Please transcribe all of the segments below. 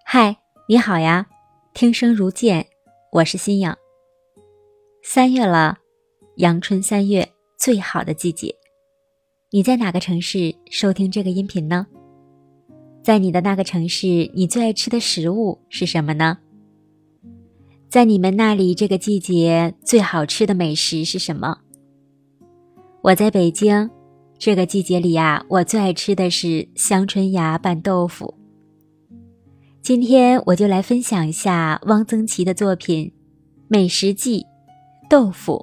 嗨，你好呀，听声如见，我是新颖。3月了，阳春3月最好的季节。你在哪个城市收听这个音频呢？在你的那个城市，你最爱吃的食物是什么呢？在你们那里这个季节最好吃的美食是什么？我在北京，这个季节里呀，我最爱吃的是香椿芽拌豆腐。今天我就来分享一下汪曾祺的作品《美食记》豆腐。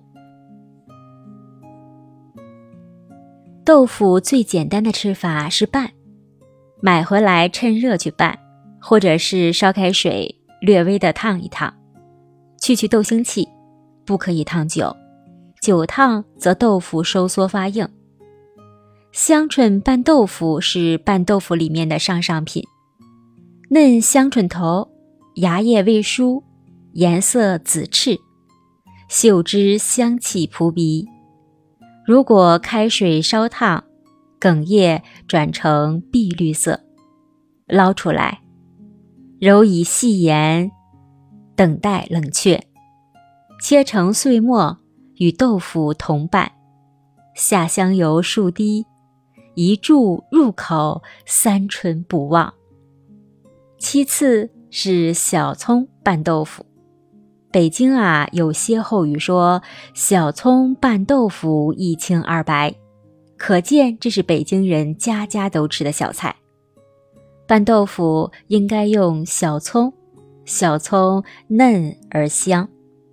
豆腐最简单的吃法是拌，买回来趁热去拌，或者是烧开水略微的烫一烫，去豆腥气，不可以烫久，久烫则豆腐收缩发硬。香椿拌豆腐是拌豆腐里面的上品，嫩香椿头，芽叶未疏，颜色紫赤，嗅之香气扑鼻。如果开水烧烫，梗叶转成碧绿色，捞出来，揉以细盐，等待冷却，切成碎末，与豆腐同拌，下香油数滴，一注入口，三醇不忘。其次是小葱拌豆腐。北京有歇后语说小葱拌豆腐一清二白，可见这是北京人家家都吃的小菜。拌豆腐应该用小葱，小葱嫩而香。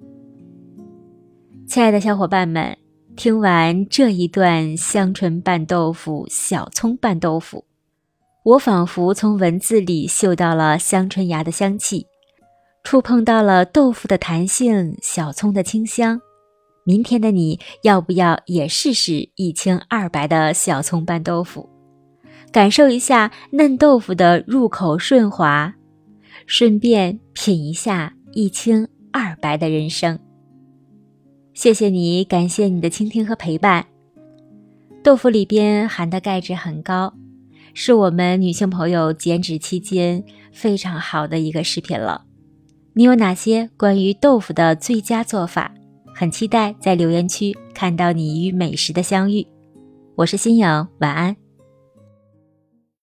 亲爱的小伙伴们，听完这一段香椿拌豆腐、小葱拌豆腐，我仿佛从文字里嗅到了香椿芽的香气，触碰到了豆腐的弹性，小葱的清香。明天的你要不要也试试一清二白的小葱拌豆腐，感受一下嫩豆腐的入口顺滑，顺便品一下一清二白的人生。谢谢你，感谢你的倾听和陪伴。豆腐里边含的钙质很高，是我们女性朋友减脂期间非常好的一个食品了。你有哪些关于豆腐的最佳做法？很期待在留言区看到你与美食的相遇。我是新颖，晚安。